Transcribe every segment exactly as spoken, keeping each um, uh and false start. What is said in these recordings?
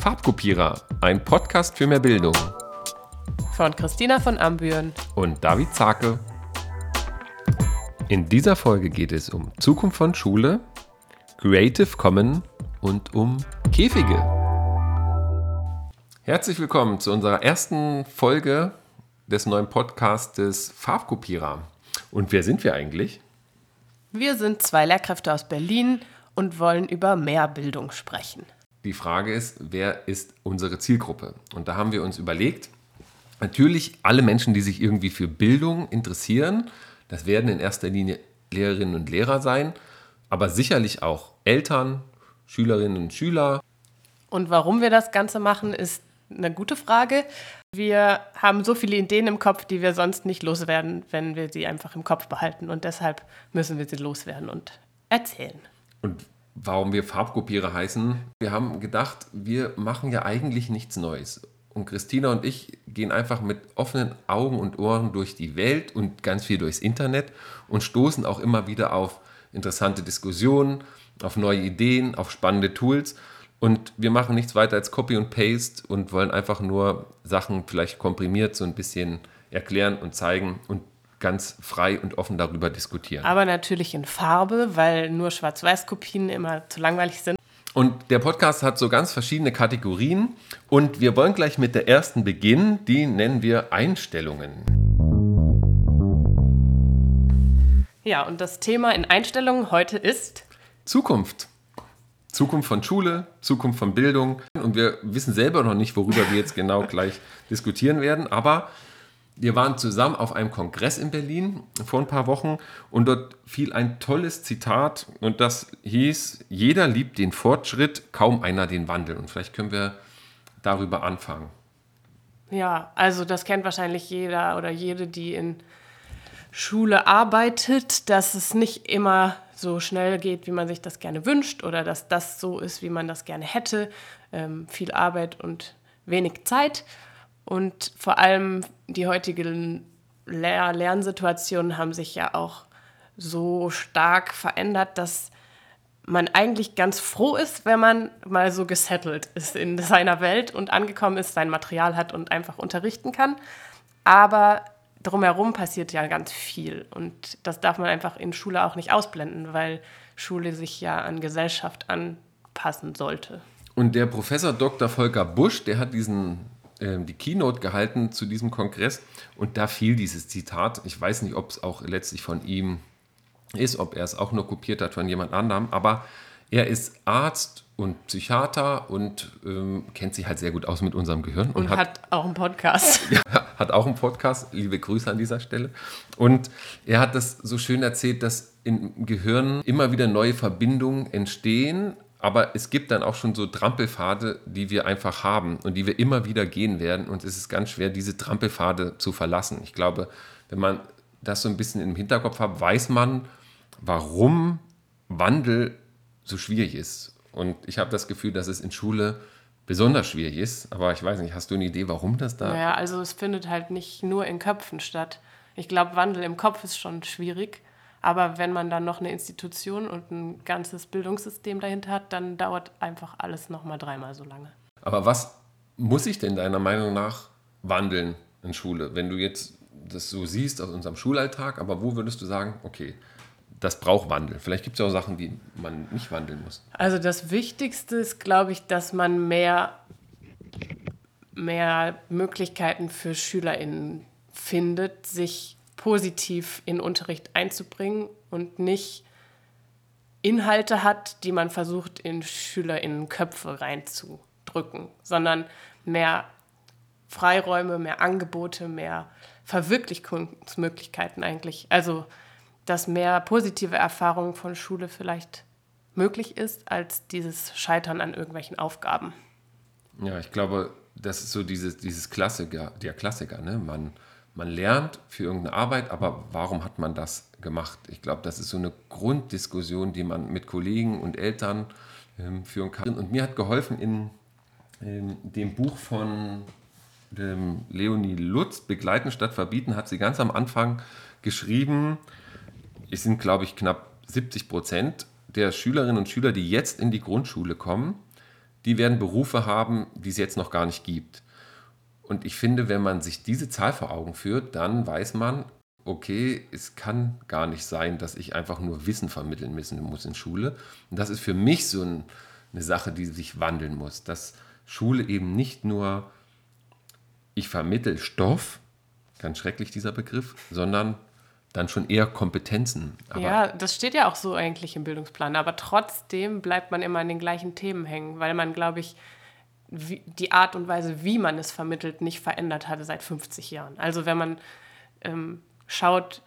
Farbkopierer, ein Podcast für mehr Bildung. Von Christina von Ambüren und David Zake. In dieser Folge geht es um Zukunft von Schule, Creative Commons und um Käfige. Herzlich willkommen zu unserer ersten Folge des neuen Podcastes Farbkopierer. Und wer sind wir eigentlich? Wir sind zwei Lehrkräfte aus Berlin und wollen über Mehrbildung sprechen. Die Frage ist, wer ist unsere Zielgruppe? Und da haben wir uns überlegt, natürlich alle Menschen, die sich irgendwie für Bildung interessieren, das werden in erster Linie Lehrerinnen und Lehrer sein, aber sicherlich auch Eltern, Schülerinnen und Schüler. Und warum wir das Ganze machen, ist eine gute Frage. Wir haben so viele Ideen im Kopf, die wir sonst nicht loswerden, wenn wir sie einfach im Kopf behalten. Und deshalb müssen wir sie loswerden und erzählen. Und warum wir Farbkopierer heißen? Wir haben gedacht, wir machen ja eigentlich nichts Neues. Und Christina und ich gehen einfach mit offenen Augen und Ohren durch die Welt und ganz viel durchs Internet und stoßen auch immer wieder auf interessante Diskussionen, auf neue Ideen, auf spannende Tools. Und wir machen nichts weiter als Copy und Paste und wollen einfach nur Sachen vielleicht komprimiert so ein bisschen erklären und zeigen und ganz frei und offen darüber diskutieren. Aber natürlich in Farbe, weil nur Schwarz-Weiß-Kopien immer zu langweilig sind. Und der Podcast hat so ganz verschiedene Kategorien und wir wollen gleich mit der ersten beginnen, die nennen wir Einstellungen. Ja, und das Thema in Einstellungen heute ist Zukunft. Zukunft von Schule, Zukunft von Bildung. Und wir wissen selber noch nicht, worüber wir jetzt genau gleich diskutieren werden, aber wir waren zusammen auf einem Kongress in Berlin vor ein paar Wochen und dort fiel ein tolles Zitat und das hieß, jeder liebt den Fortschritt, kaum einer den Wandel. Und vielleicht können wir darüber anfangen. Ja, also das kennt wahrscheinlich jeder oder jede, die in Schule arbeitet, dass es nicht immer so schnell geht, wie man sich das gerne wünscht oder dass das so ist, wie man das gerne hätte. Ähm, viel Arbeit und wenig Zeit. Und vor allem die heutigen Lehr- Lernsituationen haben sich ja auch so stark verändert, dass man eigentlich ganz froh ist, wenn man mal so gesettelt ist in seiner Welt und angekommen ist, sein Material hat und einfach unterrichten kann. Aber drumherum passiert ja ganz viel und das darf man einfach in Schule auch nicht ausblenden, weil Schule sich ja an Gesellschaft anpassen sollte. Und der Professor Doktor Volker Busch, der hat diesen die Keynote gehalten zu diesem Kongress und da fiel dieses Zitat. Ich weiß nicht, ob es auch letztlich von ihm ist, ob er es auch nur kopiert hat von jemand anderem, aber er ist Arzt und Psychiater und ähm, kennt sich halt sehr gut aus mit unserem Gehirn. Und, und hat, hat auch einen Podcast. Ja, hat auch einen Podcast. Liebe Grüße an dieser Stelle. Und er hat das so schön erzählt, dass im Gehirn immer wieder neue Verbindungen entstehen, aber es gibt dann auch schon so Trampelpfade, die wir einfach haben und die wir immer wieder gehen werden. Und es ist ganz schwer, diese Trampelpfade zu verlassen. Ich glaube, wenn man das so ein bisschen im Hinterkopf hat, weiß man, warum Wandel so schwierig ist. Und ich habe das Gefühl, dass es in Schule besonders schwierig ist. Aber ich weiß nicht, hast du eine Idee, warum das da... Naja, also es findet halt nicht nur in Köpfen statt. Ich glaube, Wandel im Kopf ist schon schwierig. Aber wenn man dann noch eine Institution und ein ganzes Bildungssystem dahinter hat, dann dauert einfach alles nochmal dreimal so lange. Aber was muss sich denn deiner Meinung nach wandeln in Schule? Wenn du jetzt das so siehst aus unserem Schulalltag, aber wo würdest du sagen, okay, das braucht Wandel? Vielleicht gibt es ja auch Sachen, die man nicht wandeln muss. Also das Wichtigste ist, glaube ich, dass man mehr, mehr Möglichkeiten für SchülerInnen findet, sich positiv in Unterricht einzubringen und nicht Inhalte hat, die man versucht, in SchülerInnen-Köpfe reinzudrücken, sondern mehr Freiräume, mehr Angebote, mehr Verwirklichungsmöglichkeiten eigentlich. Also, dass mehr positive Erfahrungen von Schule vielleicht möglich ist, als dieses Scheitern an irgendwelchen Aufgaben. Ja, ich glaube, das ist so dieses, dieses Klassiker, der Klassiker, ne? Man Man lernt für irgendeine Arbeit, aber warum hat man das gemacht? Ich glaube, das ist so eine Grunddiskussion, die man mit Kollegen und Eltern ähm, führen kann. Und mir hat geholfen in ähm, dem Buch von ähm, Leonie Lutz, Begleiten statt Verbieten, hat sie ganz am Anfang geschrieben, es sind, glaube ich, knapp siebzig Prozent der Schülerinnen und Schüler, die jetzt in die Grundschule kommen, die werden Berufe haben, die es jetzt noch gar nicht gibt. Und ich finde, wenn man sich diese Zahl vor Augen führt, dann weiß man, okay, es kann gar nicht sein, dass ich einfach nur Wissen vermitteln müssen muss in Schule. Und das ist für mich so ein, eine Sache, die sich wandeln muss, dass Schule eben nicht nur, ich vermittel Stoff, ganz schrecklich dieser Begriff, sondern dann schon eher Kompetenzen. Aber ja, das steht ja auch so eigentlich im Bildungsplan, aber trotzdem bleibt man immer an den gleichen Themen hängen, weil man, glaube ich, wie, die Art und Weise, wie man es vermittelt, nicht verändert hatte seit fünfzig Jahren. Also wenn man ähm, schaut,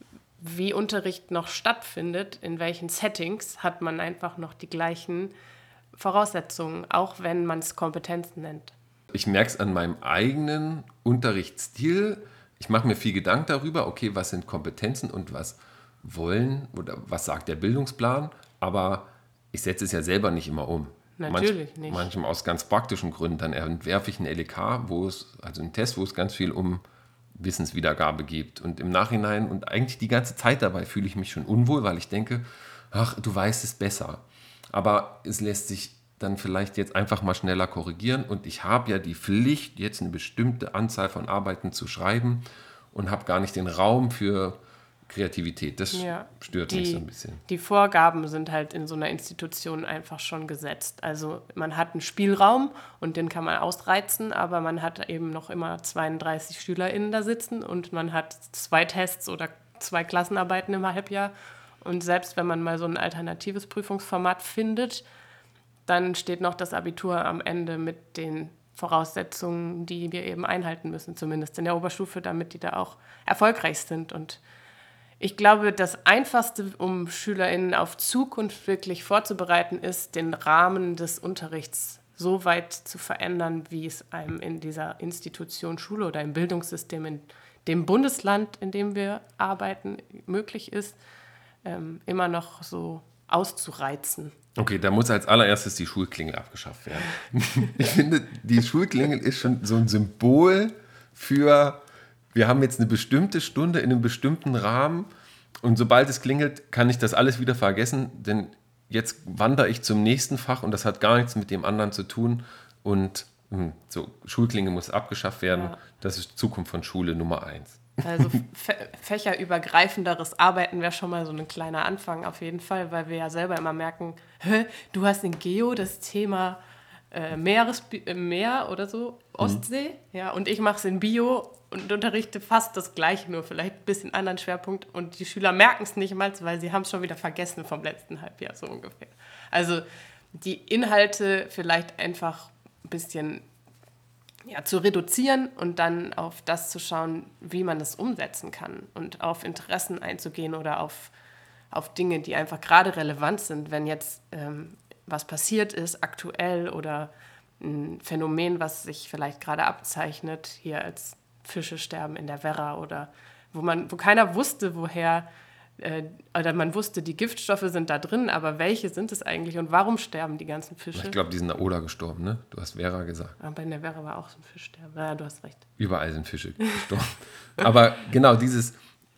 wie Unterricht noch stattfindet, in welchen Settings, hat man einfach noch die gleichen Voraussetzungen, auch wenn man es Kompetenzen nennt. Ich merke es an meinem eigenen Unterrichtsstil. Ich mache mir viel Gedanken darüber, okay, was sind Kompetenzen und was wollen oder was sagt der Bildungsplan, aber ich setze es ja selber nicht immer um. Natürlich Manch, nicht. Manchmal aus ganz praktischen Gründen. Dann entwerfe ich einen L E K, wo es, also einen Test, wo es ganz viel um Wissenswiedergabe geht. Und im Nachhinein und eigentlich die ganze Zeit dabei fühle ich mich schon unwohl, weil ich denke, ach, du weißt es besser. Aber es lässt sich dann vielleicht jetzt einfach mal schneller korrigieren. Und ich habe ja die Pflicht, jetzt eine bestimmte Anzahl von Arbeiten zu schreiben und habe gar nicht den Raum für Kreativität. Das ja, stört die, mich so ein bisschen. Die Vorgaben sind halt in so einer Institution einfach schon gesetzt. Also man hat einen Spielraum und den kann man ausreizen, aber man hat eben noch immer zweiunddreißig SchülerInnen da sitzen und man hat zwei Tests oder zwei Klassenarbeiten im Halbjahr. Und selbst wenn man mal so ein alternatives Prüfungsformat findet, dann steht noch das Abitur am Ende mit den Voraussetzungen, die wir eben einhalten müssen, zumindest in der Oberstufe, damit die da auch erfolgreich sind. Und ich glaube, das Einfachste, um SchülerInnen auf Zukunft wirklich vorzubereiten, ist, den Rahmen des Unterrichts so weit zu verändern, wie es einem in dieser Institution Schule oder im Bildungssystem in dem Bundesland, in dem wir arbeiten, möglich ist, ähm, immer noch so auszureizen. Okay, da muss als allererstes die Schulklingel abgeschafft werden. Ich finde, die Schulklingel ist schon so ein Symbol für, wir haben jetzt eine bestimmte Stunde in einem bestimmten Rahmen und sobald es klingelt, kann ich das alles wieder vergessen, denn jetzt wandere ich zum nächsten Fach und das hat gar nichts mit dem anderen zu tun und mh, so, Schulklingel muss abgeschafft werden. Ja. Das ist Zukunft von Schule Nummer eins. Also fä- fächerübergreifenderes Arbeiten wäre schon mal so ein kleiner Anfang auf jeden Fall, weil wir ja selber immer merken, hä, du hast in Geo das Thema äh, Meeres, Meer oder so, Ostsee, mhm. ja, und ich mache es in Bio und unterrichte fast das Gleiche, nur vielleicht ein bisschen anderen Schwerpunkt und die Schüler merken es nicht mal, weil sie haben es schon wieder vergessen vom letzten Halbjahr, so ungefähr. Also die Inhalte vielleicht einfach ein bisschen ja, zu reduzieren und dann auf das zu schauen, wie man es umsetzen kann und auf Interessen einzugehen oder auf, auf Dinge, die einfach gerade relevant sind, wenn jetzt ähm, was passiert ist, aktuell oder ein Phänomen, was sich vielleicht gerade abzeichnet, hier als Fische sterben in der Werra oder wo man, wo keiner wusste, woher, äh, oder man wusste, die Giftstoffe sind da drin, aber welche sind es eigentlich und warum sterben die ganzen Fische? Ich glaube, die sind in der Oder gestorben, ne? Du hast Werra gesagt. Aber in der Werra war auch so ein Fischsterben. Ja, du hast recht. Überall sind Fische gestorben. Aber genau, dieses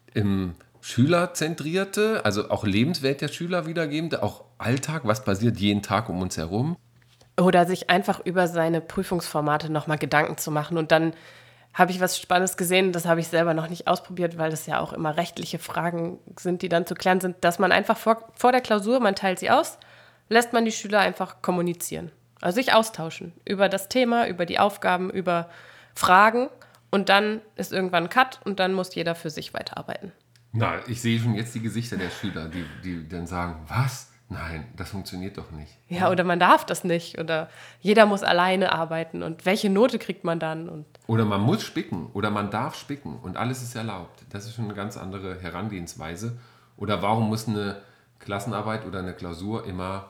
im Schülerzentrierte, also auch Lebenswelt der Schüler wiedergebende, auch Alltag, was passiert jeden Tag um uns herum. Oder sich einfach über seine Prüfungsformate nochmal Gedanken zu machen und dann habe ich was Spannendes gesehen, das habe ich selber noch nicht ausprobiert, weil das ja auch immer rechtliche Fragen sind, die dann zu klären sind, dass man einfach vor, vor der Klausur, man teilt sie aus, lässt man die Schüler einfach kommunizieren, also sich austauschen über das Thema, über die Aufgaben, über Fragen und dann ist irgendwann ein Cut und dann muss jeder für sich weiterarbeiten. Na, ich sehe schon jetzt die Gesichter der Schüler, die, die dann sagen, was? Nein, das funktioniert doch nicht. Ja, oder man darf das nicht oder jeder muss alleine arbeiten und welche Note kriegt man dann? Und oder man muss spicken oder man darf spicken und alles ist erlaubt. Das ist schon eine ganz andere Herangehensweise. Oder warum muss eine Klassenarbeit oder eine Klausur immer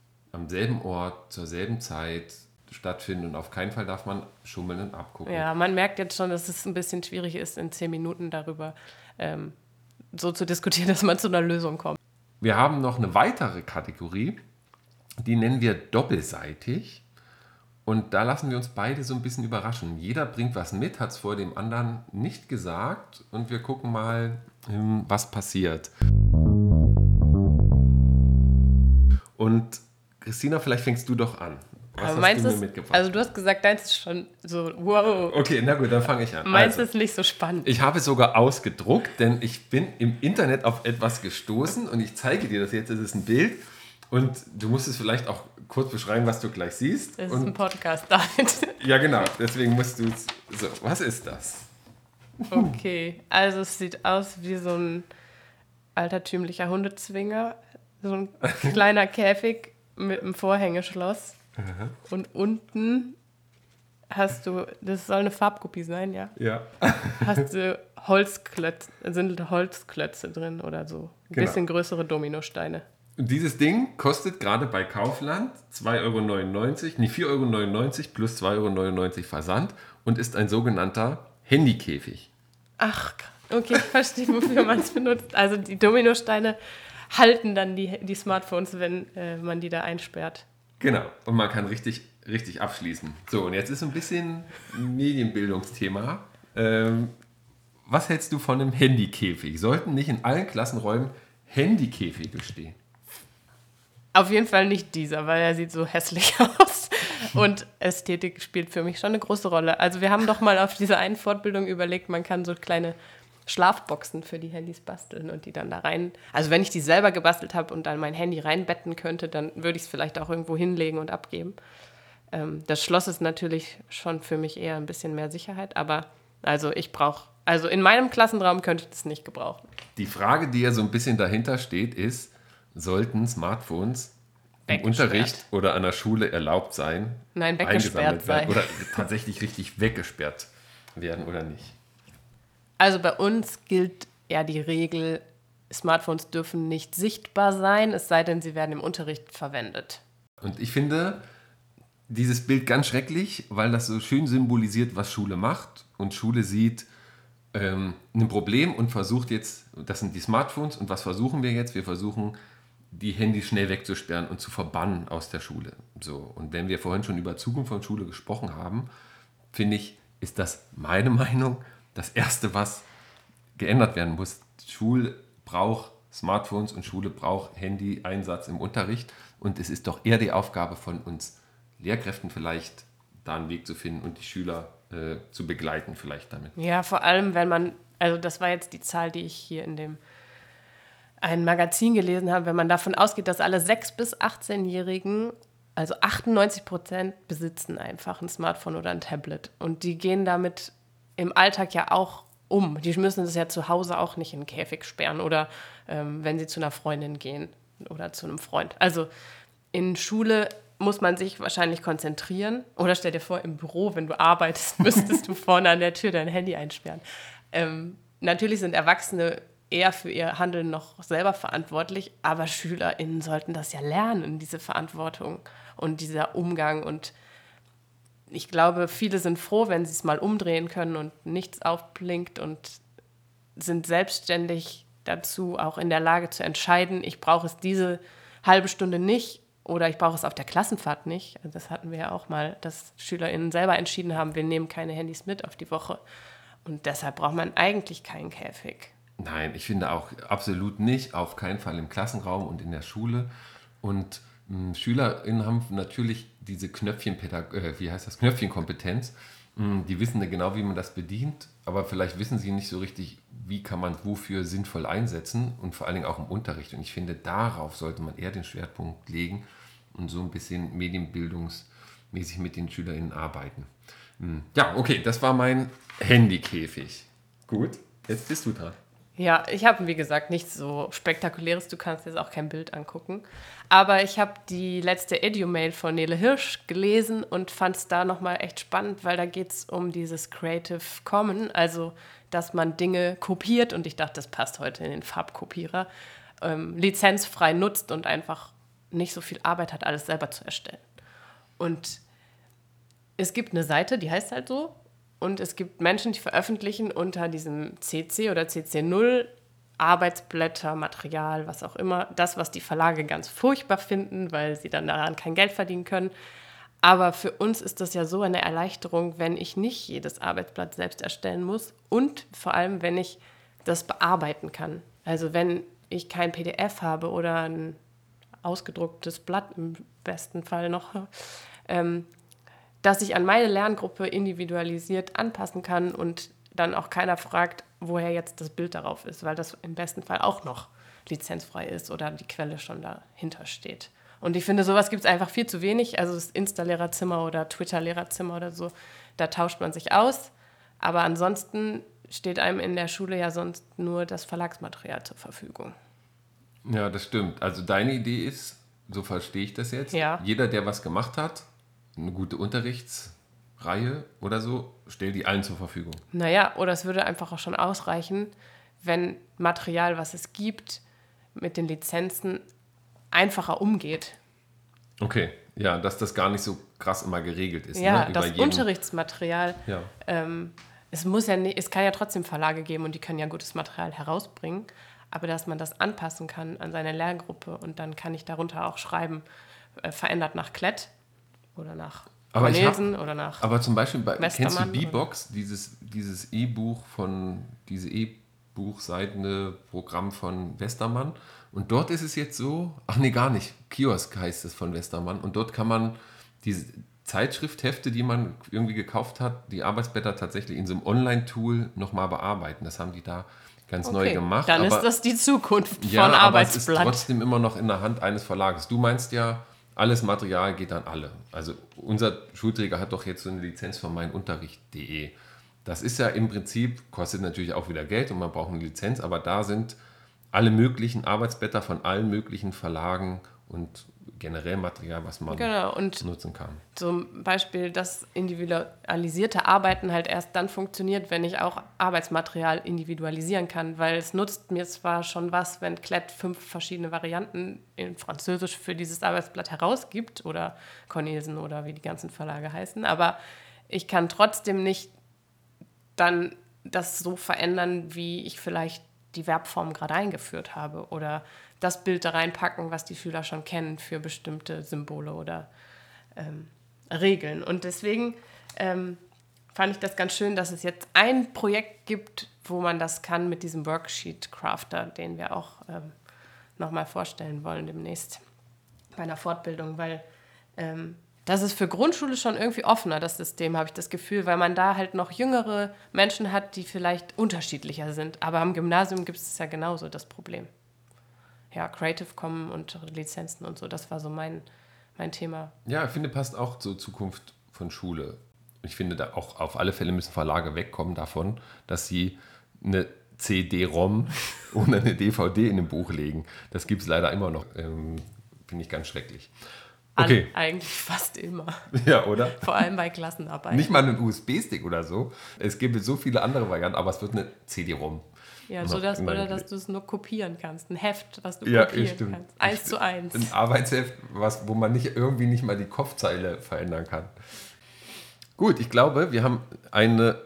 am selben Ort, zur selben Zeit stattfinden und auf keinen Fall darf man schummeln und abgucken. Ja, man merkt jetzt schon, dass es ein bisschen schwierig ist, in zehn Minuten darüber ähm, so zu diskutieren, dass man zu einer Lösung kommt. Wir haben noch eine weitere Kategorie, die nennen wir doppelseitig. Und da lassen wir uns beide so ein bisschen überraschen. Jeder bringt was mit, hat es vor dem anderen nicht gesagt. Und wir gucken mal, was passiert. Und Christina, vielleicht fängst du doch an. Was Was Aber hast du mir ist, mitgebracht? Also du hast gesagt, deins ist schon so, wow. Okay, na gut, dann fange ich an. Meins also, ist nicht so spannend. Ich habe es sogar ausgedruckt, denn ich bin im Internet auf etwas gestoßen und ich zeige dir das jetzt. Das ist ein Bild und du musst es vielleicht auch kurz beschreiben, was du gleich siehst. Das ist und, ein Podcast, David. Ja, genau. Deswegen musst du es... So, was ist das? Okay, also es sieht aus wie so ein altertümlicher Hundezwinger. So ein kleiner Käfig mit einem Vorhängeschloss. Aha. Und unten hast du, das soll eine Farbkopie sein, ja? Ja. Hast du Holzklötze, sind Holzklötze drin oder so. Ein Genau. bisschen größere Dominosteine. Und dieses Ding kostet gerade bei Kaufland zwei Euro neunundneunzig, nee, vier Euro neunundneunzig plus zwei Euro neunundneunzig Versand und ist ein sogenannter Handykäfig. Ach, okay, ich verstehe, wofür man es benutzt. Also die Dominosteine halten dann die, die Smartphones, wenn äh, man die da einsperrt. Genau, und man kann richtig, richtig abschließen. So, und jetzt ist so ein bisschen Medienbildungsthema. Ähm, was hältst du von einem Handykäfig? Sollten nicht in allen Klassenräumen Handykäfige stehen? Auf jeden Fall nicht dieser, weil er sieht so hässlich aus. Und Ästhetik spielt für mich schon eine große Rolle. Also wir haben doch mal auf dieser einen Fortbildung überlegt, man kann so kleine Schlafboxen für die Handys basteln und die dann da rein... Also wenn ich die selber gebastelt habe und dann mein Handy reinbetten könnte, dann würde ich es vielleicht auch irgendwo hinlegen und abgeben. Ähm, das Schloss ist natürlich schon für mich eher ein bisschen mehr Sicherheit, aber also ich brauche... Also in meinem Klassenraum könnte ich das nicht gebrauchen. Die Frage, die ja so ein bisschen dahinter steht, ist, sollten Smartphones im Unterricht oder an der Schule erlaubt sein? Nein, weggesperrt sein. Oder tatsächlich richtig weggesperrt werden oder nicht? Also bei uns gilt ja die Regel, Smartphones dürfen nicht sichtbar sein, es sei denn, sie werden im Unterricht verwendet. Und ich finde dieses Bild ganz schrecklich, weil das so schön symbolisiert, was Schule macht. Und Schule sieht ähm, ein Problem und versucht jetzt, das sind die Smartphones, und was versuchen wir jetzt? Wir versuchen, die Handys schnell wegzusperren und zu verbannen aus der Schule. So. Und wenn wir vorhin schon über Zukunft von Schule gesprochen haben, finde ich, ist das meine Meinung, das Erste, was geändert werden muss. Schule braucht Smartphones und Schule braucht Handy-Einsatz im Unterricht. Und es ist doch eher die Aufgabe von uns Lehrkräften vielleicht, da einen Weg zu finden und die Schüler äh, zu begleiten vielleicht damit. Ja, vor allem, wenn man, also das war jetzt die Zahl, die ich hier in dem ein Magazin gelesen habe, wenn man davon ausgeht, dass alle sechs- bis achtzehnjährigen, also achtundneunzig Prozent besitzen einfach ein Smartphone oder ein Tablet. Und die gehen damit im Alltag ja auch um. Die müssen es ja zu Hause auch nicht in den Käfig sperren oder ähm, wenn sie zu einer Freundin gehen oder zu einem Freund. Also in Schule muss man sich wahrscheinlich konzentrieren. Oder stell dir vor, im Büro, wenn du arbeitest, müsstest du vorne an der Tür dein Handy einsperren. Ähm, natürlich sind Erwachsene eher für ihr Handeln noch selber verantwortlich, aber SchülerInnen sollten das ja lernen, diese Verantwortung und dieser Umgang. Und ich glaube, viele sind froh, wenn sie es mal umdrehen können und nichts aufblinkt und sind selbstständig dazu auch in der Lage zu entscheiden, ich brauche es diese halbe Stunde nicht oder ich brauche es auf der Klassenfahrt nicht. Also das hatten wir ja auch mal, dass SchülerInnen selber entschieden haben, wir nehmen keine Handys mit auf die Woche. Und deshalb braucht man eigentlich keinen Käfig. Nein, ich finde auch absolut nicht, auf keinen Fall im Klassenraum und in der Schule. Und mh, SchülerInnen haben natürlich diese Knöpfchenpädag- äh, wie heißt das? Knöpfchenkompetenz. Mh, die wissen ja genau, wie man das bedient, aber vielleicht wissen sie nicht so richtig, wie kann man wofür sinnvoll einsetzen und vor allen Dingen auch im Unterricht. Und ich finde, darauf sollte man eher den Schwerpunkt legen und so ein bisschen medienbildungsmäßig mit den SchülerInnen arbeiten. Mh, ja, okay, das war mein Handykäfig. Gut, jetzt bist du dran. Ja, ich habe, wie gesagt, nichts so Spektakuläres. Du kannst jetzt auch kein Bild angucken. Aber ich habe die letzte Edu-Mail von Nele Hirsch gelesen und fand es da nochmal echt spannend, weil da geht es um dieses Creative Commons, also dass man Dinge kopiert, und ich dachte, das passt heute in den Farbkopierer, ähm, lizenzfrei nutzt und einfach nicht so viel Arbeit hat, alles selber zu erstellen. Und es gibt eine Seite, die heißt halt so, und es gibt Menschen, die veröffentlichen unter diesem C C oder C C null Arbeitsblätter, Material, was auch immer, das, was die Verlage ganz furchtbar finden, weil sie dann daran kein Geld verdienen können. Aber für uns ist das ja so eine Erleichterung, wenn ich nicht jedes Arbeitsblatt selbst erstellen muss und vor allem, wenn ich das bearbeiten kann. Also wenn ich kein P D F habe oder ein ausgedrucktes Blatt im besten Fall noch, ähm, dass ich an meine Lerngruppe individualisiert anpassen kann und dann auch keiner fragt, woher jetzt das Bild darauf ist, weil das im besten Fall auch noch lizenzfrei ist oder die Quelle schon dahinter steht. Und ich finde, sowas gibt es einfach viel zu wenig. Also das Insta-Lehrerzimmer oder Twitter-Lehrerzimmer oder so, da tauscht man sich aus. Aber ansonsten steht einem in der Schule ja sonst nur das Verlagsmaterial zur Verfügung. Ja, das stimmt. Also deine Idee ist, so verstehe ich das jetzt, Ja. jeder, der was gemacht hat, eine gute Unterrichtsreihe oder so, stellt die allen zur Verfügung. Naja, oder es würde einfach auch schon ausreichen, wenn Material, was es gibt, mit den Lizenzen einfacher umgeht. Okay, ja, dass das gar nicht so krass immer geregelt ist. Ja, ne? das jeden, Unterrichtsmaterial, ja. ähm, es muss ja nicht, es kann ja trotzdem Verlage geben und die können ja gutes Material herausbringen, aber dass man das anpassen kann an seine Lerngruppe und dann kann ich darunter auch schreiben, äh, verändert nach Klett oder nach Aber, ich Cornelsen hab, oder nach aber zum Beispiel, bei, kennst du Westermann B-Box, dieses, dieses E-Buch von, diese E-Buchseitende Programm von Westermann? Und dort ist es jetzt so, ach nee, gar nicht, Kiosk heißt es von Westermann. Und dort kann man diese Zeitschrifthefte, die man irgendwie gekauft hat, die Arbeitsblätter tatsächlich in so einem Online-Tool nochmal bearbeiten. Das haben die da ganz Okay, neu gemacht. dann aber, ist das die Zukunft ja, von aber es ist Arbeitsblatt. trotzdem immer noch in der Hand eines Verlages. Du meinst ja, alles Material geht an alle. Also unser Schulträger hat doch jetzt so eine Lizenz von meinunterricht punkt de. Das ist ja im Prinzip, kostet natürlich auch wieder Geld und man braucht eine Lizenz, aber da sind alle möglichen Arbeitsblätter von allen möglichen Verlagen und generell Material, was man Genau, und nutzen kann. zum Beispiel das individualisierte Arbeiten halt erst dann funktioniert, wenn ich auch Arbeitsmaterial individualisieren kann, weil es nutzt mir zwar schon was, wenn Klett fünf verschiedene Varianten in Französisch für dieses Arbeitsblatt herausgibt oder Cornelsen oder wie die ganzen Verlage heißen, aber ich kann trotzdem nicht dann das so verändern, wie ich vielleicht die Verbform gerade eingeführt habe oder das Bild da reinpacken, was die Schüler schon kennen für bestimmte Symbole oder ähm, Regeln. Und deswegen ähm, fand ich das ganz schön, dass es jetzt ein Projekt gibt, wo man das kann mit diesem Worksheet Crafter, den wir auch ähm, nochmal vorstellen wollen demnächst bei einer Fortbildung, weil ähm, das ist für Grundschule schon irgendwie offener, das System, habe ich das Gefühl, weil man da halt noch jüngere Menschen hat, die vielleicht unterschiedlicher sind. Aber am Gymnasium gibt es ja genauso das Problem. Ja, Creative Commons und Lizenzen und so, das war so mein, mein Thema. Ja, ich finde, passt auch zur Zukunft von Schule. Ich finde, da auch auf alle Fälle müssen Verlage wegkommen davon, dass sie eine C D-ROM oder eine D V D in ein Buch legen. Das gibt es leider immer noch. Ähm, finde ich ganz schrecklich. Okay. An, eigentlich fast immer. Ja, oder? Vor allem bei Klassenarbeiten. Nicht mal einen U S B-Stick oder so. Es gibt so viele andere Varianten, aber es wird eine C D-ROM. Ja, so dass, oder dass du es nur kopieren kannst. Ein Heft, was du ja, kopieren stimmt. kannst. Eins zu eins. Ein Arbeitsheft, was, wo man nicht, irgendwie nicht mal die Kopfzeile verändern kann. Gut, ich glaube, wir haben eine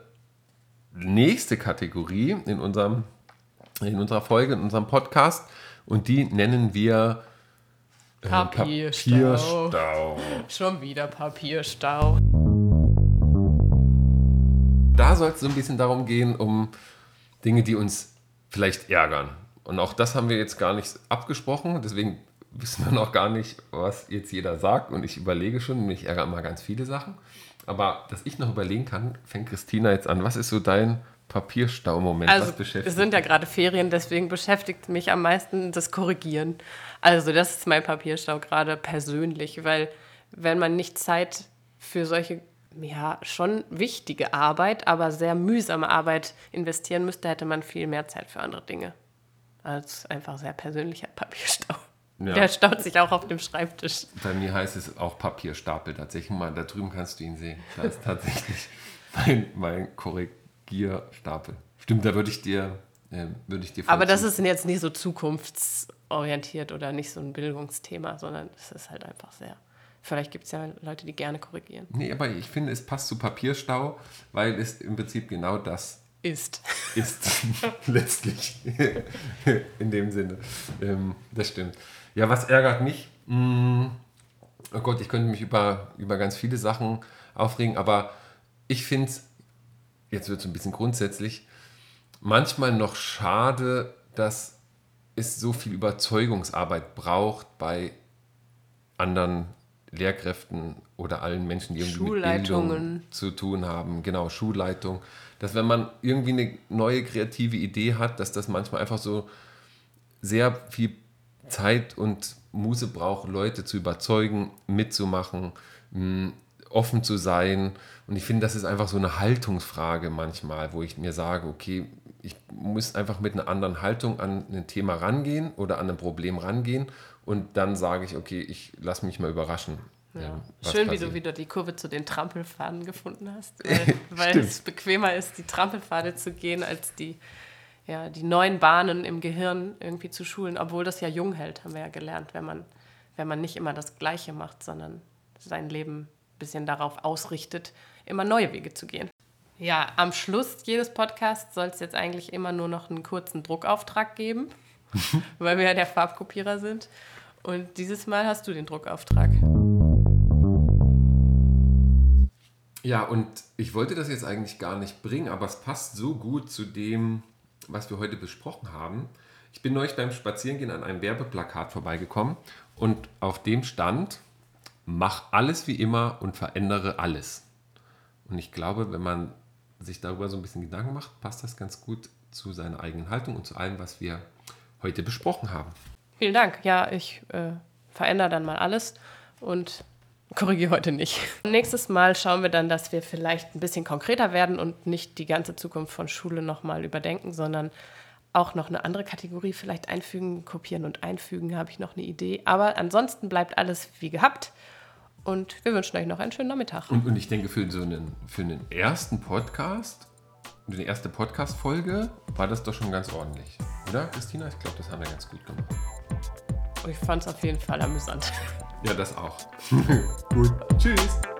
nächste Kategorie in, unserem, in unserer Folge, in unserem Podcast. Und die nennen wir äh, Papierstau. Papierstau. Schon wieder Papierstau. Da soll es so ein bisschen darum gehen, um Dinge, die uns vielleicht ärgern. Und auch das haben wir jetzt gar nicht abgesprochen, deswegen wissen wir noch gar nicht, was jetzt jeder sagt. Und ich überlege schon, mich ärgern immer ganz viele Sachen. Aber dass ich noch überlegen kann, fängt Christina jetzt an. Was ist so dein Papierstau-Moment? Also was beschäftigt es sind ja gerade Ferien, deswegen beschäftigt mich am meisten das Korrigieren. Also das ist mein Papierstau gerade persönlich, weil wenn man nicht Zeit für solche, ja, schon wichtige Arbeit, aber sehr mühsame Arbeit investieren müsste, hätte man viel mehr Zeit für andere Dinge. Als einfach sehr persönlicher Papierstau. Ja. Der staut sich auch auf dem Schreibtisch. Bei mir heißt es auch Papierstapel. Tatsächlich mal, da drüben kannst du ihn sehen. Da ist tatsächlich mein, mein Korrigierstapel. Stimmt, da würde ich dir, äh, würde ich dir Aber das zustimmen. ist jetzt nicht so zukunftsorientiert oder nicht so ein Bildungsthema, sondern es ist halt einfach sehr... Vielleicht gibt es ja Leute, die gerne korrigieren. Nee, aber ich finde, es passt zu Papierstau, weil es im Prinzip genau das Ist. ist. Letztlich. In dem Sinne. Ähm, das stimmt. Ja, was ärgert mich? Hm, oh Gott, ich könnte mich über, über ganz viele Sachen aufregen, aber ich finde es, jetzt wird es ein bisschen grundsätzlich, manchmal noch schade, dass es so viel Überzeugungsarbeit braucht bei anderen Lehrkräften oder allen Menschen, die irgendwie mit Schulleitungen Bildung zu tun haben. Genau, Schulleitung. Dass wenn man irgendwie eine neue kreative Idee hat, dass das manchmal einfach so sehr viel Zeit und Muße braucht, Leute zu überzeugen, mitzumachen, mh, offen zu sein. Und ich finde, das ist einfach so eine Haltungsfrage manchmal, wo ich mir sage, okay, ich muss einfach mit einer anderen Haltung an ein Thema rangehen oder an ein Problem rangehen und dann sage ich, okay, ich lasse mich mal überraschen. Ja. ähm, Schön, wie passiert. du wieder die Kurve zu den Trampelpfaden gefunden hast, weil, weil es bequemer ist, die Trampelpfade zu gehen, als die, ja, die neuen Bahnen im Gehirn irgendwie zu schulen, obwohl das ja jung hält, haben wir ja gelernt, wenn man, wenn man nicht immer das Gleiche macht, sondern sein Leben ein bisschen darauf ausrichtet, immer neue Wege zu gehen. Ja, am Schluss jedes Podcasts soll es jetzt eigentlich immer nur noch einen kurzen Druckauftrag geben, weil wir ja der Farbkopierer sind. Und dieses Mal hast du den Druckauftrag. Ja, und ich wollte das jetzt eigentlich gar nicht bringen, aber es passt so gut zu dem, was wir heute besprochen haben. Ich bin neulich beim Spazierengehen an einem Werbeplakat vorbeigekommen und auf dem stand: Mach alles wie immer und verändere alles. Und ich glaube, wenn man sich darüber so ein bisschen Gedanken macht, passt das ganz gut zu seiner eigenen Haltung und zu allem, was wir heute besprochen haben. Vielen Dank. Ja, ich äh, verändere dann mal alles und korrigiere heute nicht. Nächstes Mal schauen wir dann, dass wir vielleicht ein bisschen konkreter werden und nicht die ganze Zukunft von Schule nochmal überdenken, sondern auch noch eine andere Kategorie vielleicht einfügen, kopieren und einfügen, habe ich noch eine Idee. Aber ansonsten bleibt alles wie gehabt. Und wir wünschen euch noch einen schönen Nachmittag. Und, und ich denke, für so einen, für einen ersten Podcast, eine erste Podcast-Folge, war das doch schon ganz ordentlich. Oder, Christina? Ich glaube, das haben wir ganz gut gemacht. Ich fand es auf jeden Fall amüsant. Ja, das auch. Gut. Tschüss.